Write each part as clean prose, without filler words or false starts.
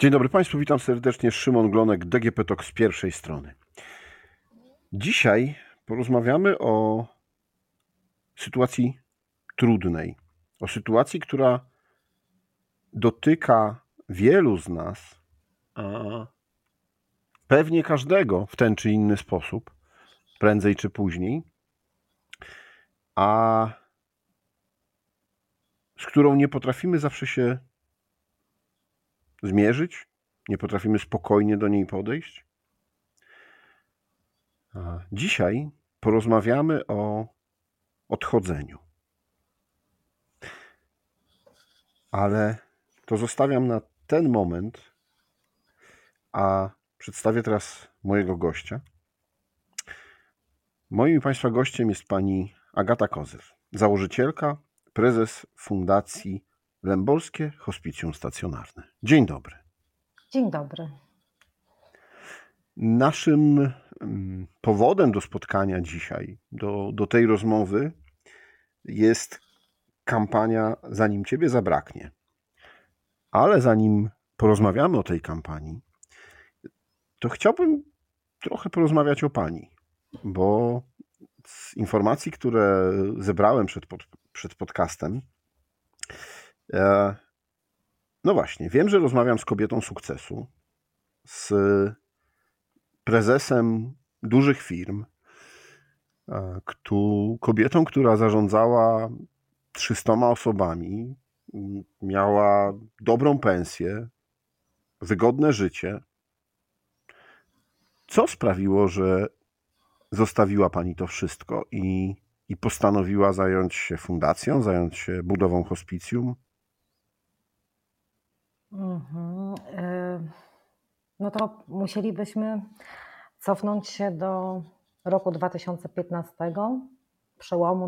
Dzień dobry Państwu, witam serdecznie. Szymon Glonek, DGP Talk z pierwszej strony. Dzisiaj porozmawiamy o sytuacji trudnej, o sytuacji, która dotyka wielu z nas, a pewnie każdego w ten czy inny sposób, prędzej czy później, a z którą nie potrafimy zawsze się zmierzyć, nie potrafimy spokojnie do niej podejść. Dzisiaj porozmawiamy o odchodzeniu. Ale to zostawiam na ten moment, a przedstawię teraz mojego gościa. Moim Państwa gościem jest pani Agata Kozew, założycielka, prezes Fundacji Lębowskie Hospicjum Stacjonarne. Dzień dobry. Dzień dobry. Naszym powodem do spotkania dzisiaj, do tej rozmowy jest kampania Zanim Ciebie zabraknie. Ale zanim porozmawiamy o tej kampanii, to chciałbym trochę porozmawiać o Pani, bo z informacji, które zebrałem przed podcastem, no właśnie, wiem, że rozmawiam z kobietą sukcesu, z prezesem dużych firm, kobietą, która zarządzała 300 osobami, miała dobrą pensję, wygodne życie. Co sprawiło, że zostawiła Pani to wszystko i postanowiła zająć się fundacją, zająć się budową hospicjum? No to musielibyśmy cofnąć się do roku 2015, przełomu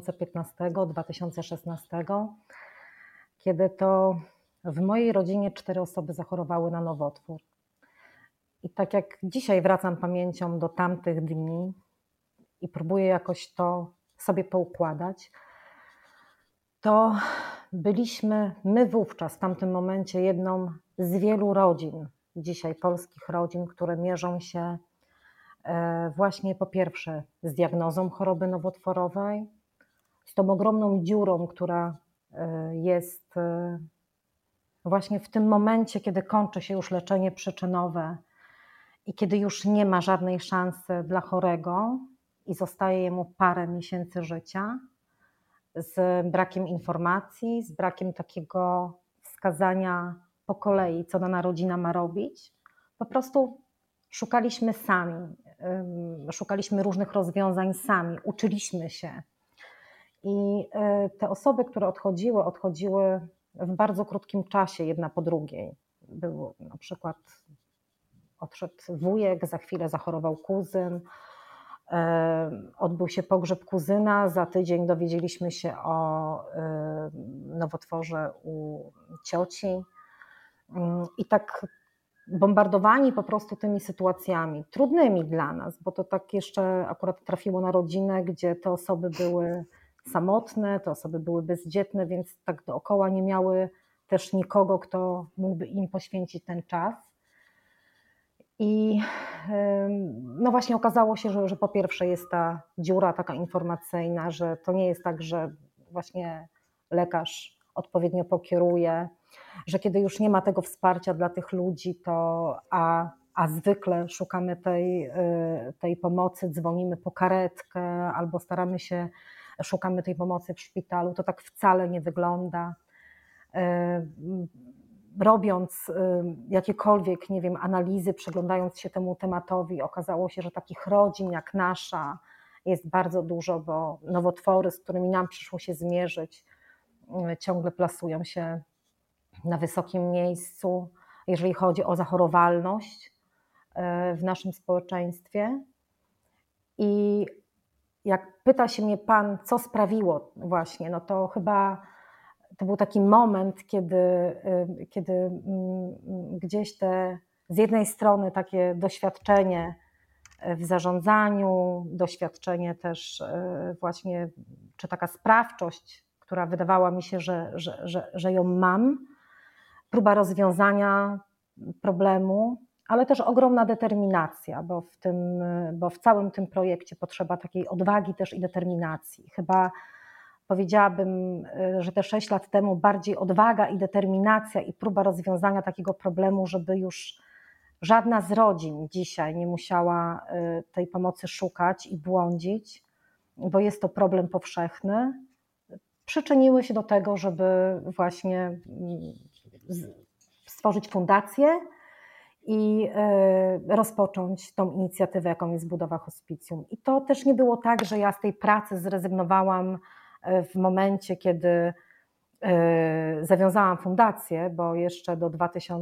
2015-2016, kiedy to w mojej rodzinie 4 osoby zachorowały na nowotwór. I tak jak dzisiaj wracam pamięcią do tamtych dni i próbuję jakoś to sobie poukładać, to byliśmy my wówczas w tamtym momencie jedną z wielu rodzin, dzisiaj polskich rodzin, które mierzą się właśnie po pierwsze z diagnozą choroby nowotworowej, z tą ogromną dziurą, która jest właśnie w tym momencie, kiedy kończy się już leczenie przyczynowe i kiedy już nie ma żadnej szansy dla chorego i zostaje mu parę miesięcy życia, z brakiem informacji, z brakiem takiego wskazania po kolei, co dana rodzina ma robić. Po prostu szukaliśmy sami, szukaliśmy różnych rozwiązań sami, uczyliśmy się. I te osoby, które odchodziły w bardzo krótkim czasie, jedna po drugiej. Był na przykład, odszedł wujek, za chwilę zachorował kuzyn, odbył się pogrzeb kuzyna, za tydzień dowiedzieliśmy się o nowotworze u cioci. I tak bombardowani po prostu tymi sytuacjami, trudnymi dla nas, bo to tak jeszcze akurat trafiło na rodzinę, gdzie te osoby były samotne, te osoby były bezdzietne, więc tak dookoła nie miały też nikogo, kto mógłby im poświęcić ten czas. I no właśnie okazało się, że po pierwsze jest ta dziura taka informacyjna, że to nie jest tak, że właśnie lekarz odpowiednio pokieruje, że kiedy już nie ma tego wsparcia dla tych ludzi, to a zwykle szukamy tej pomocy, dzwonimy po karetkę albo szukamy tej pomocy w szpitalu, to tak wcale nie wygląda. Robiąc jakiekolwiek, nie wiem, analizy, przyglądając się temu tematowi, okazało się, że takich rodzin jak nasza jest bardzo dużo, bo nowotwory, z którymi nam przyszło się zmierzyć, ciągle plasują się na wysokim miejscu, jeżeli chodzi o zachorowalność w naszym społeczeństwie. I jak pyta się mnie Pan, co sprawiło właśnie, no to chyba to był taki moment, kiedy gdzieś z jednej strony takie doświadczenie w zarządzaniu, doświadczenie też właśnie, czy taka sprawczość, która wydawała mi się, że ją mam, próba rozwiązania problemu, ale też ogromna determinacja, bo w całym tym projekcie potrzeba takiej odwagi też i determinacji. Chyba powiedziałabym, że te 6 lat temu bardziej odwaga i determinacja i próba rozwiązania takiego problemu, żeby już żadna z rodzin dzisiaj nie musiała tej pomocy szukać i błądzić, bo jest to problem powszechny, przyczyniły się do tego, żeby właśnie stworzyć fundację i rozpocząć tą inicjatywę, jaką jest budowa hospicjum. I to też nie było tak, że ja z tej pracy zrezygnowałam w momencie, kiedy zawiązałam fundację, bo jeszcze do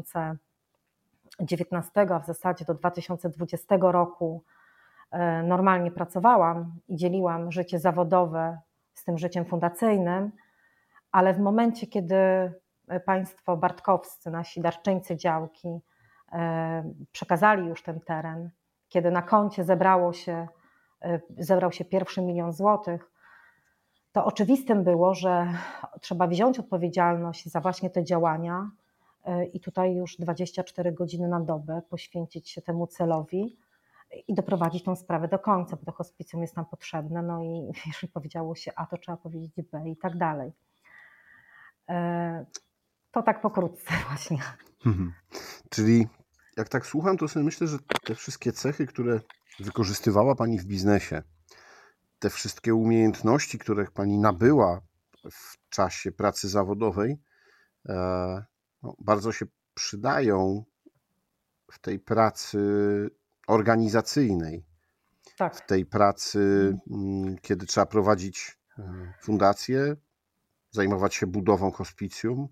2019, a w zasadzie do 2020 roku normalnie pracowałam i dzieliłam życie zawodowe z tym życiem fundacyjnym, ale w momencie, kiedy państwo bartkowscy, nasi darczyńcy działki przekazali już ten teren, kiedy na koncie zebrał się pierwszy 1 000 000 złotych, to oczywistym było, że trzeba wziąć odpowiedzialność za właśnie te działania i tutaj już 24 godziny na dobę poświęcić się temu celowi i doprowadzić tą sprawę do końca, bo to hospicjum jest nam potrzebne, no i jeżeli powiedziało się A, to trzeba powiedzieć B i tak dalej. To tak pokrótce właśnie. Czyli jak tak słucham, to sobie myślę, że te wszystkie cechy, które wykorzystywała Pani w biznesie, te wszystkie umiejętności, których Pani nabyła w czasie pracy zawodowej, bardzo się przydają w tej pracy organizacyjnej, Tak. w tej pracy, kiedy trzeba prowadzić fundację, zajmować się budową hospicjum.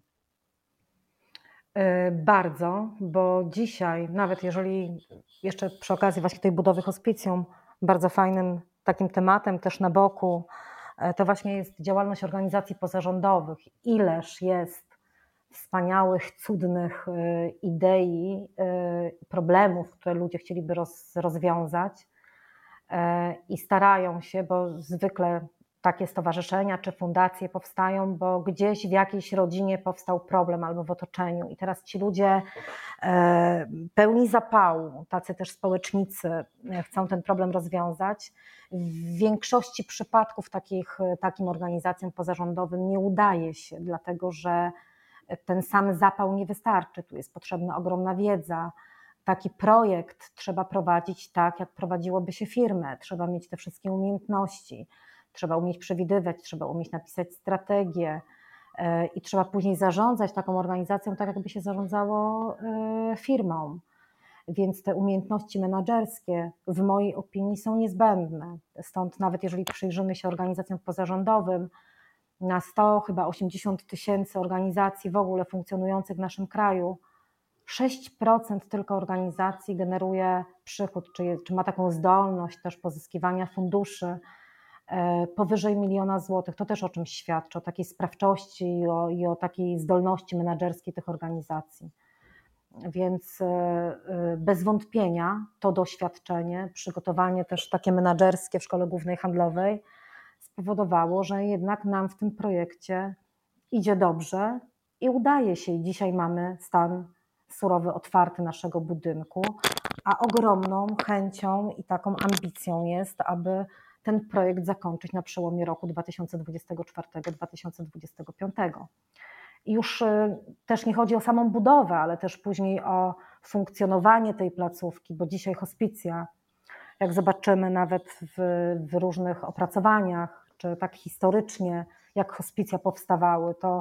Bardzo, bo dzisiaj, nawet jeżeli jeszcze przy okazji właśnie tej budowy hospicjum, bardzo fajnym takim tematem też na boku, to właśnie jest działalność organizacji pozarządowych. Ileż jest wspaniałych, cudnych idei, problemów, które ludzie chcieliby rozwiązać i starają się, bo zwykle takie stowarzyszenia czy fundacje powstają, bo gdzieś w jakiejś rodzinie powstał problem albo w otoczeniu i teraz ci ludzie pełni zapału, tacy też społecznicy chcą ten problem rozwiązać. W większości przypadków takim organizacjom pozarządowym nie udaje się, dlatego że ten sam zapał nie wystarczy, tu jest potrzebna ogromna wiedza. Taki projekt trzeba prowadzić tak, jak prowadziłoby się firmę, trzeba mieć te wszystkie umiejętności. Trzeba umieć przewidywać, trzeba umieć napisać strategię i trzeba później zarządzać taką organizacją tak, jakby się zarządzało firmą. Więc te umiejętności menedżerskie w mojej opinii są niezbędne. Stąd nawet jeżeli przyjrzymy się organizacjom pozarządowym, na 100 chyba 80 000 organizacji w ogóle funkcjonujących w naszym kraju, 6% tylko organizacji generuje przychód, czy ma taką zdolność też pozyskiwania funduszy powyżej 1 000 000 złotych. To też o czymś świadczy, o takiej sprawczości i o takiej zdolności menedżerskiej tych organizacji. Więc bez wątpienia to doświadczenie, przygotowanie też takie menedżerskie w Szkole Głównej Handlowej spowodowało, że jednak nam w tym projekcie idzie dobrze i udaje się. I dzisiaj mamy stan surowy, otwarty naszego budynku, a ogromną chęcią i taką ambicją jest, aby ten projekt zakończyć na przełomie roku 2024-2025. I już też nie chodzi o samą budowę, ale też później o funkcjonowanie tej placówki, bo dzisiaj hospicja, jak zobaczymy nawet w różnych opracowaniach, czy tak historycznie, jak hospicja powstawały, to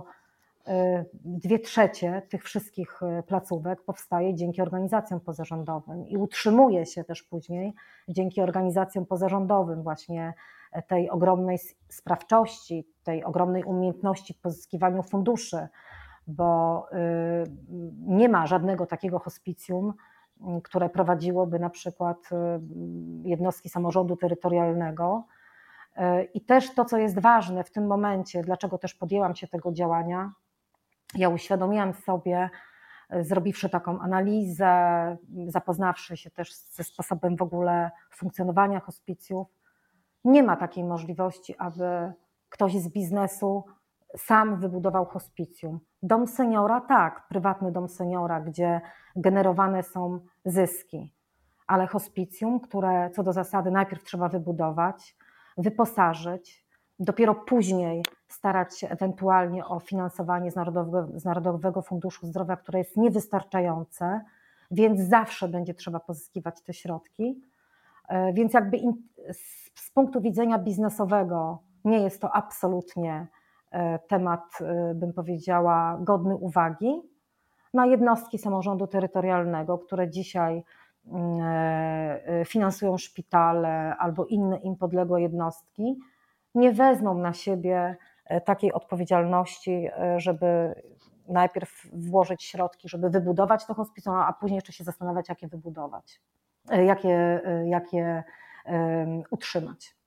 2/3 tych wszystkich placówek powstaje dzięki organizacjom pozarządowym i utrzymuje się też później dzięki organizacjom pozarządowym właśnie tej ogromnej sprawczości, tej ogromnej umiejętności w pozyskiwaniu funduszy, bo nie ma żadnego takiego hospicjum, które prowadziłoby na przykład jednostki samorządu terytorialnego. I też to, co jest ważne w tym momencie, dlaczego też podjęłam się tego działania, ja uświadomiłam sobie, zrobiwszy taką analizę, zapoznawszy się też ze sposobem w ogóle funkcjonowania hospicjów, nie ma takiej możliwości, aby ktoś z biznesu sam wybudował hospicjum. Dom seniora, tak, prywatny dom seniora, gdzie generowane są zyski, ale hospicjum, które co do zasady najpierw trzeba wybudować, wyposażyć, dopiero później starać się ewentualnie o finansowanie z Narodowego Funduszu Zdrowia, które jest niewystarczające, więc zawsze będzie trzeba pozyskiwać te środki. Więc jakby z punktu widzenia biznesowego nie jest to absolutnie temat, bym powiedziała, godny uwagi. Na jednostki samorządu terytorialnego, które dzisiaj finansują szpitale albo inne im podległe jednostki, nie wezmą na siebie takiej odpowiedzialności, żeby najpierw włożyć środki, żeby wybudować to hospicjum, a później jeszcze się zastanawiać, jak je wybudować, jak je utrzymać.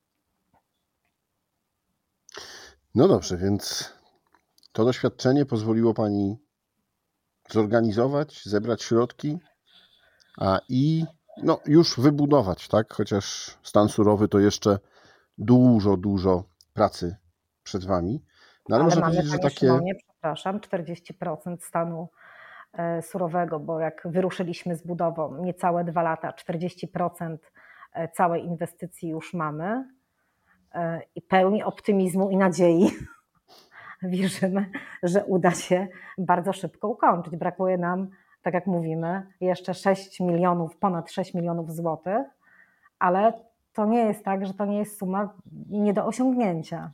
No dobrze, więc to doświadczenie pozwoliło Pani zorganizować, zebrać środki i już wybudować, tak? Chociaż stan surowy to jeszcze dużo pracy przed Wami. No, ale można mamy, powiedzieć, że takie... Szymonie, przepraszam, 40% stanu surowego, bo jak wyruszyliśmy z budową niecałe 2 lata, 40% całej inwestycji już mamy i pełni optymizmu i nadziei wierzymy, że uda się bardzo szybko ukończyć. Brakuje nam, tak jak mówimy, jeszcze 6 milionów, ponad 6 milionów złotych, ale to nie jest tak, że to nie jest suma nie do osiągnięcia.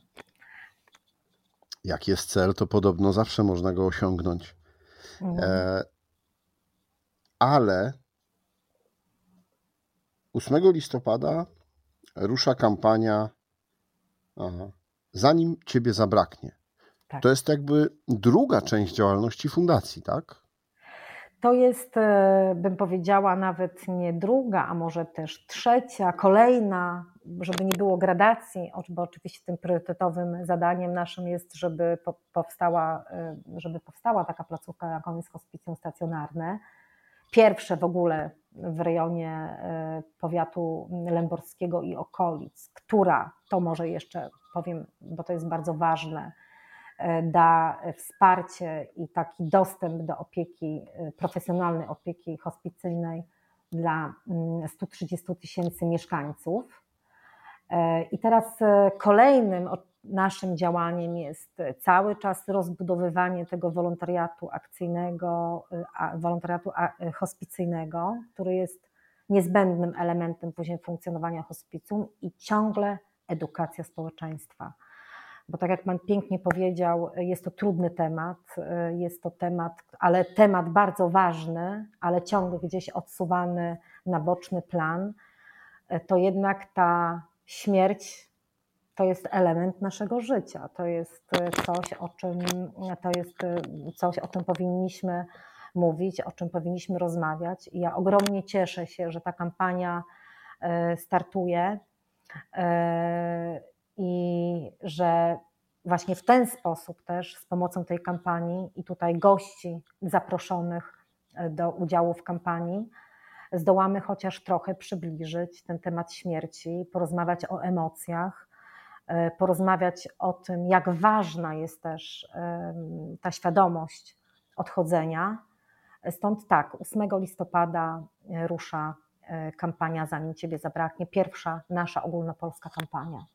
Jak jest cel, to podobno zawsze można go osiągnąć. Ale 8 listopada rusza kampania Zanim Ciebie zabraknie. Tak. To jest jakby druga część działalności fundacji, tak? To jest, bym powiedziała, nawet nie druga, a może też trzecia, kolejna, żeby nie było gradacji, bo oczywiście tym priorytetowym zadaniem naszym jest, żeby powstała taka placówka, jaką jest hospicjum stacjonarne. Pierwsze w ogóle w rejonie powiatu lęborskiego i okolic, która, to może jeszcze powiem, bo to jest bardzo ważne, da wsparcie i taki dostęp do opieki, profesjonalnej opieki hospicyjnej dla 130 000 mieszkańców. I teraz kolejnym naszym działaniem jest cały czas rozbudowywanie tego wolontariatu akcyjnego, wolontariatu hospicyjnego, który jest niezbędnym elementem później funkcjonowania hospicjum i ciągle edukacja społeczeństwa. Bo tak jak Pan pięknie powiedział, jest to trudny temat, ale temat bardzo ważny, ale ciągle gdzieś odsuwany na boczny plan, to jednak ta śmierć to jest element naszego życia, to jest coś, o czym powinniśmy mówić, o czym powinniśmy rozmawiać. I ja ogromnie cieszę się, że ta kampania startuje i że właśnie w ten sposób też z pomocą tej kampanii i tutaj gości zaproszonych do udziału w kampanii zdołamy chociaż trochę przybliżyć ten temat śmierci, porozmawiać o emocjach, porozmawiać o tym, jak ważna jest też ta świadomość odchodzenia. Stąd tak, 8 listopada rusza kampania Zanim Ciebie zabraknie, pierwsza nasza ogólnopolska kampania.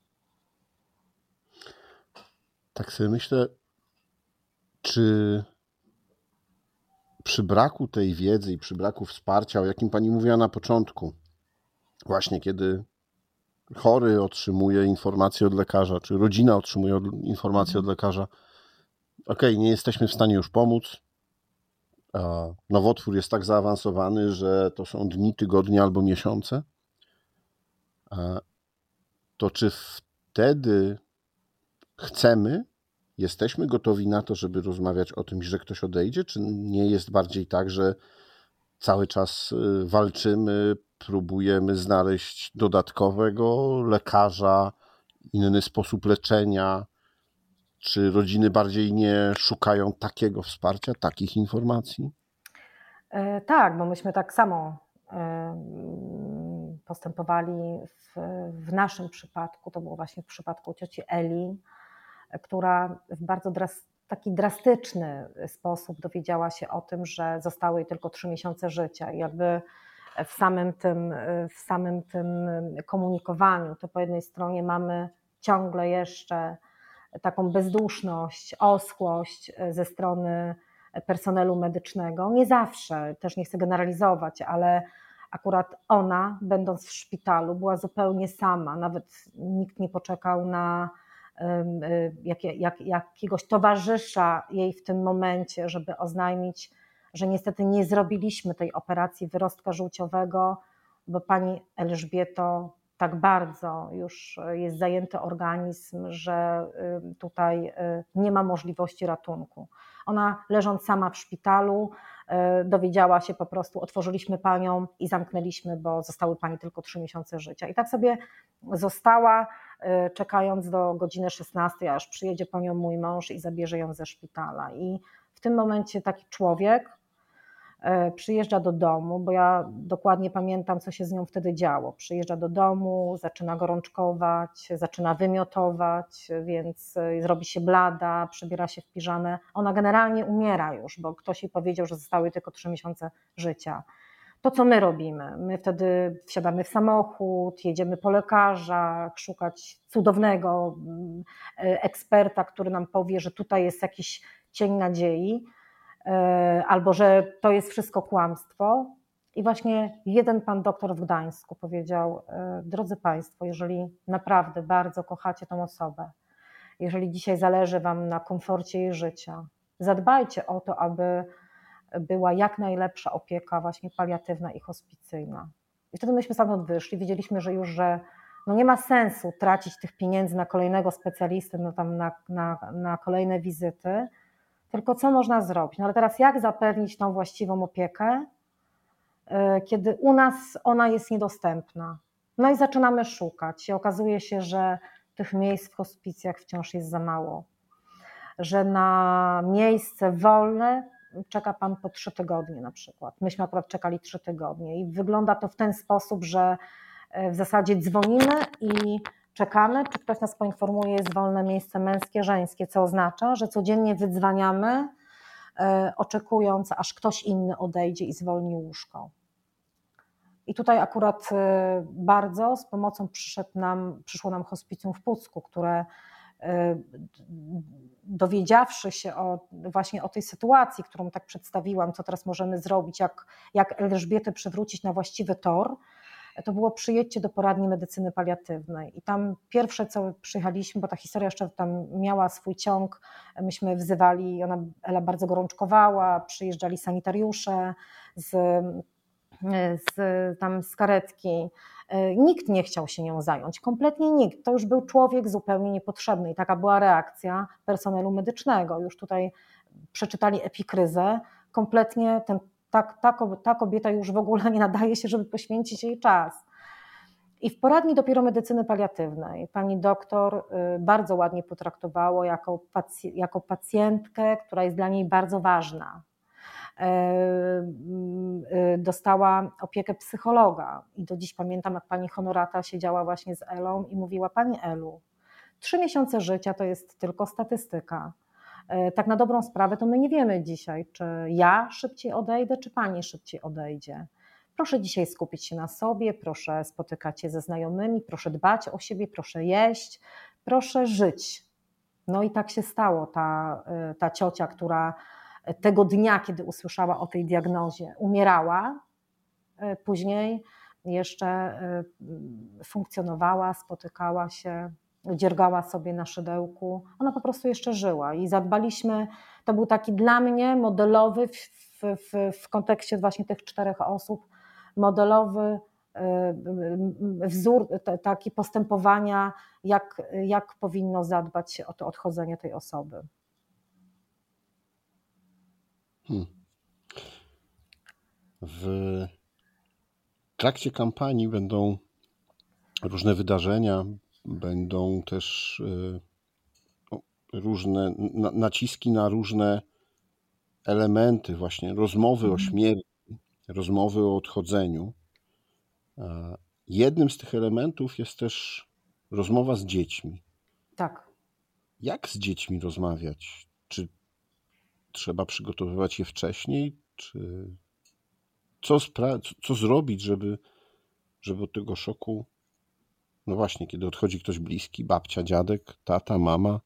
Tak sobie myślę, czy przy braku tej wiedzy i przy braku wsparcia, o jakim Pani mówiła na początku, właśnie kiedy chory otrzymuje informację od lekarza, czy rodzina otrzymuje informację od lekarza, nie jesteśmy w stanie już pomóc, nowotwór jest tak zaawansowany, że to są dni, tygodnie albo miesiące, to czy wtedy jesteśmy gotowi na to, żeby rozmawiać o tym, że ktoś odejdzie, czy nie jest bardziej tak, że cały czas walczymy, próbujemy znaleźć dodatkowego lekarza, inny sposób leczenia, czy rodziny bardziej nie szukają takiego wsparcia, takich informacji? Tak, bo myśmy tak samo postępowali w naszym przypadku, to było właśnie w przypadku cioci Eli, która w bardzo taki drastyczny sposób dowiedziała się o tym, że zostały jej tylko 3 miesiące życia. I jakby w samym tym komunikowaniu to po jednej stronie mamy ciągle jeszcze taką bezduszność, oschłość ze strony personelu medycznego. Nie zawsze, też nie chcę generalizować, ale akurat ona, będąc w szpitalu, była zupełnie sama. Nawet nikt nie poczekał na jakiegoś towarzysza jej w tym momencie, żeby oznajmić, że niestety nie zrobiliśmy tej operacji wyrostka żółciowego, bo pani Elżbieto, tak bardzo już jest zajęty organizm, że tutaj nie ma możliwości ratunku. Ona, leżąc sama w szpitalu, dowiedziała się po prostu, otworzyliśmy panią i zamknęliśmy, bo zostały pani tylko 3 miesiące życia. I tak sobie została, czekając do godziny 16, aż przyjedzie po nią mój mąż i zabierze ją ze szpitala. I w tym momencie taki człowiek przyjeżdża do domu, bo ja dokładnie pamiętam, co się z nią wtedy działo. Przyjeżdża do domu, zaczyna gorączkować, zaczyna wymiotować, więc zrobi się blada, przebiera się w piżamę. Ona generalnie umiera już, bo ktoś jej powiedział, że zostały tylko 3 miesiące życia. To, co my robimy? My wtedy wsiadamy w samochód, jedziemy po lekarzach, szukać cudownego eksperta, który nam powie, że tutaj jest jakiś cień nadziei, albo że to jest wszystko kłamstwo. I właśnie jeden pan doktor w Gdańsku powiedział: drodzy Państwo, jeżeli naprawdę bardzo kochacie tą osobę, jeżeli dzisiaj zależy Wam na komforcie jej życia, zadbajcie o to, aby była jak najlepsza opieka właśnie paliatywna i hospicyjna. I wtedy myśmy stamtąd wyszli, wiedzieliśmy, że nie ma sensu tracić tych pieniędzy na kolejnego specjalistę, na kolejne wizyty, tylko co można zrobić? Ale teraz jak zapewnić tą właściwą opiekę, kiedy u nas ona jest niedostępna? I zaczynamy szukać i okazuje się, że tych miejsc w hospicjach wciąż jest za mało, że na miejsce wolne czeka pan po 3 tygodnie na przykład. Myśmy akurat czekali 3 tygodnie i wygląda to w ten sposób, że w zasadzie dzwonimy i czekamy, czy ktoś nas poinformuje, jest wolne miejsce męskie, żeńskie, co oznacza, że codziennie wydzwaniamy, oczekując, aż ktoś inny odejdzie i zwolni łóżko. I tutaj akurat bardzo z pomocą przyszło nam hospicjum w Pucku, które dowiedziawszy się właśnie o tej sytuacji, którą tak przedstawiłam, co teraz możemy zrobić, jak Elżbietę przywrócić na właściwy tor, to było przyjedźcie do poradni medycyny paliatywnej. I tam pierwsze, co przyjechaliśmy, bo ta historia jeszcze tam miała swój ciąg, myśmy wzywali, Ela bardzo gorączkowała, przyjeżdżali sanitariusze z karetki. Nikt nie chciał się nią zająć, kompletnie nikt. To już był człowiek zupełnie niepotrzebny i taka była reakcja personelu medycznego. Już tutaj przeczytali epikryzę, kompletnie ta kobieta już w ogóle nie nadaje się, żeby poświęcić jej czas. I w poradni dopiero medycyny paliatywnej pani doktor bardzo ładnie potraktowało jako pacjentkę, która jest dla niej bardzo ważna. Dostała opiekę psychologa i do dziś pamiętam, jak pani Honorata siedziała właśnie z Elą i mówiła: pani Elu, 3 miesiące życia to jest tylko statystyka. Tak na dobrą sprawę to my nie wiemy dzisiaj, czy ja szybciej odejdę, czy pani szybciej odejdzie. Proszę dzisiaj skupić się na sobie, proszę spotykać się ze znajomymi, proszę dbać o siebie, proszę jeść, proszę żyć. I tak się stało. Ta ciocia, która tego dnia, kiedy usłyszała o tej diagnozie, umierała, później jeszcze funkcjonowała, spotykała się, dziergała sobie na szydełku. Ona po prostu jeszcze żyła i zadbaliśmy, to był taki dla mnie modelowy w kontekście właśnie tych 4 osób, modelowy wzór taki postępowania, jak powinno zadbać się o to odchodzenie tej osoby. W trakcie kampanii będą różne wydarzenia, będą też różne naciski na różne elementy, właśnie rozmowy o śmierci, rozmowy o odchodzeniu. Jednym z tych elementów jest też rozmowa z dziećmi. Tak. Jak z dziećmi rozmawiać? Czy trzeba przygotowywać je wcześniej? Czy co zrobić, żeby od tego szoku, no właśnie, kiedy odchodzi ktoś bliski, babcia, dziadek, tata, mama,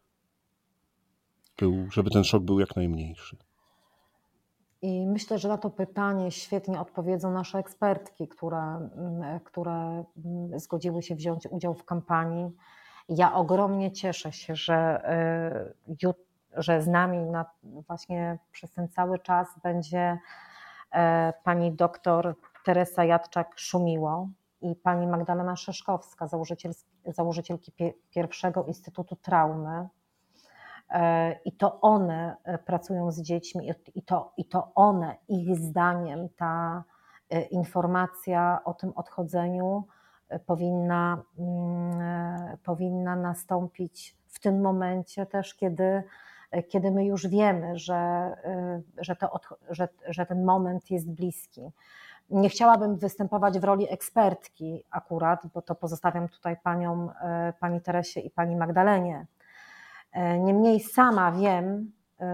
żeby ten szok był jak najmniejszy? I myślę, że na to pytanie świetnie odpowiedzą nasze ekspertki, które zgodziły się wziąć udział w kampanii. Ja ogromnie cieszę się, że z nami właśnie przez ten cały czas będzie pani doktor Teresa Jadczak-Szumiło i pani Magdalena Szyszkowska, założycielki pierwszego Instytutu Traumy. I to one pracują z dziećmi i to one, ich zdaniem, ta informacja o tym odchodzeniu powinna nastąpić w tym momencie też, kiedy my już wiemy, że ten moment jest bliski. Nie chciałabym występować w roli ekspertki akurat, bo to pozostawiam tutaj pani Teresie i pani Magdalenie. Niemniej sama wiem,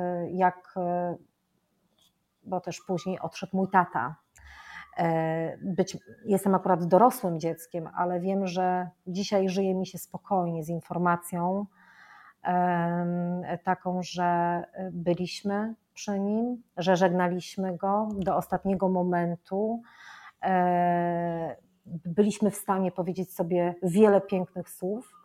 bo też później odszedł mój tata. Jestem akurat dorosłym dzieckiem, ale wiem, że dzisiaj żyje mi się spokojnie z informacją taką, że byliśmy przy nim, że żegnaliśmy go do ostatniego momentu. Byliśmy w stanie powiedzieć sobie wiele pięknych słów,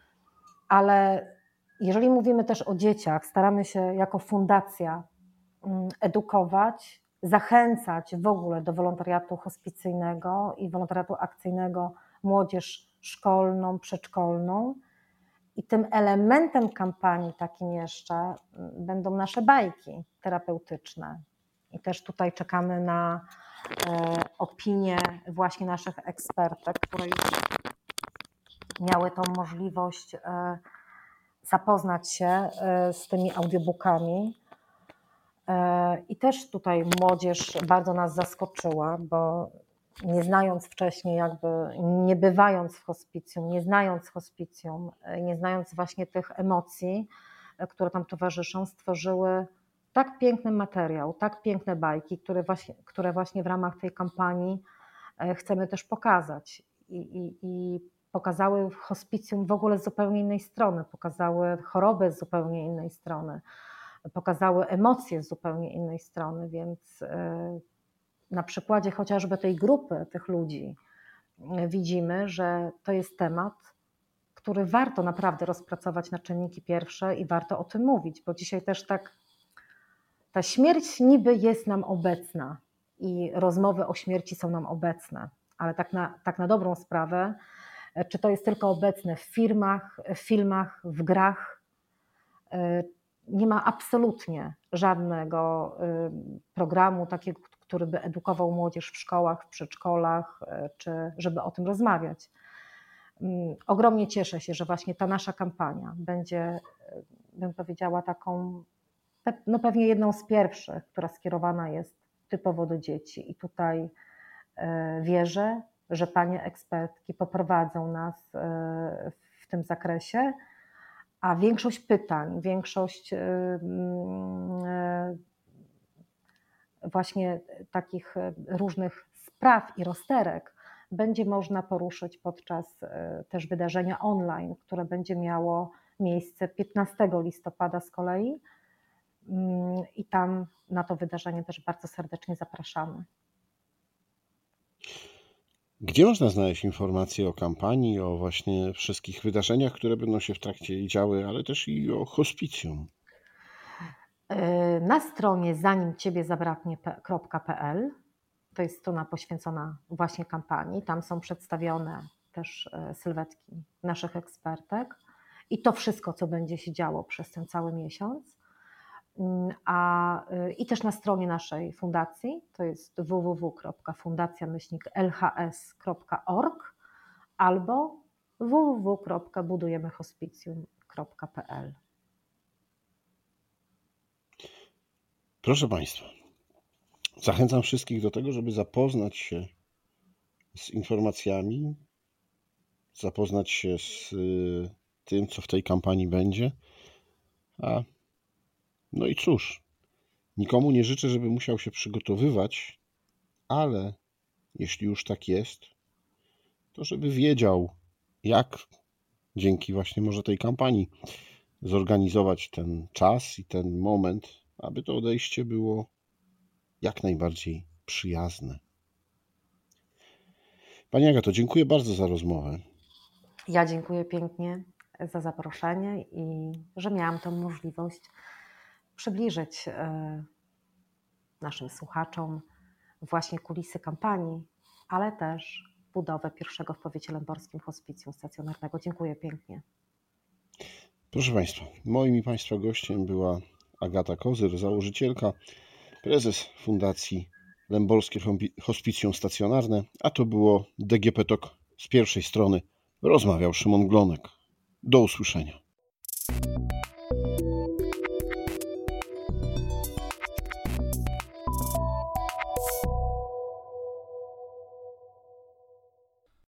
ale jeżeli mówimy też o dzieciach, staramy się jako fundacja edukować, zachęcać w ogóle do wolontariatu hospicyjnego i wolontariatu akcyjnego młodzież szkolną, przedszkolną. I tym elementem kampanii takim jeszcze będą nasze bajki terapeutyczne. I też tutaj czekamy na opinię właśnie naszych ekspertek, które już miały tą możliwość zapoznać się z tymi audiobookami. I też tutaj młodzież bardzo nas zaskoczyła, bo nie znając wcześniej, nie bywając w hospicjum, nie znając hospicjum, nie znając właśnie tych emocji, które tam towarzyszą, stworzyły tak piękny materiał, tak piękne bajki, które właśnie w ramach tej kampanii chcemy też pokazać. I pokazały hospicjum w ogóle z zupełnie innej strony, pokazały chorobę z zupełnie innej strony, pokazały emocje z zupełnie innej strony, więc na przykładzie chociażby tej grupy tych ludzi widzimy, że to jest temat, który warto naprawdę rozpracować na czynniki pierwsze i warto o tym mówić, bo dzisiaj też tak ta śmierć niby jest nam obecna i rozmowy o śmierci są nam obecne, ale tak na dobrą sprawę, czy to jest tylko obecne w filmach, w grach, nie ma absolutnie żadnego programu takiego, który by edukował młodzież w szkołach, w przedszkolach, czy żeby o tym rozmawiać. Ogromnie cieszę się, że właśnie ta nasza kampania będzie, bym powiedziała, taką, no pewnie jedną z pierwszych, która skierowana jest typowo do dzieci. I tutaj wierzę, że panie ekspertki poprowadzą nas w tym zakresie, a większość pytań, większość właśnie takich różnych spraw i rozterek będzie można poruszyć podczas też wydarzenia online, które będzie miało miejsce 15 listopada z kolei. I tam na to wydarzenie też bardzo serdecznie zapraszamy. Gdzie można znaleźć informacje o kampanii, o właśnie wszystkich wydarzeniach, które będą się w trakcie działy, ale też i o hospicjum? Na stronie zanimciebiezabraknie.pl, to jest strona poświęcona właśnie kampanii, tam są przedstawione też sylwetki naszych ekspertek i to wszystko, co będzie się działo przez ten cały miesiąc. I też na stronie naszej fundacji, to jest www.fundacja-lhs.org albo www.budujemyhospicjum.pl. Proszę Państwa, zachęcam wszystkich do tego, żeby zapoznać się z informacjami, zapoznać się z tym, co w tej kampanii będzie. No i cóż, nikomu nie życzę, żeby musiał się przygotowywać, ale jeśli już tak jest, to żeby wiedział, jak dzięki właśnie może tej kampanii zorganizować ten czas i ten moment, aby to odejście było jak najbardziej przyjazne. Pani Agato, dziękuję bardzo za rozmowę. Ja dziękuję pięknie za zaproszenie i że miałam tę możliwość przybliżyć naszym słuchaczom właśnie kulisy kampanii, ale też budowę pierwszego w powiecie lęborskim hospicjum stacjonarnego. Dziękuję pięknie. Proszę Państwa, moim i Państwa gościem była Agata Kozyr, założycielka, prezes Fundacji Lęborskie Hospicjum Stacjonarne, a to było DGP Talk z pierwszej strony. Rozmawiał Szymon Glonek. Do usłyszenia.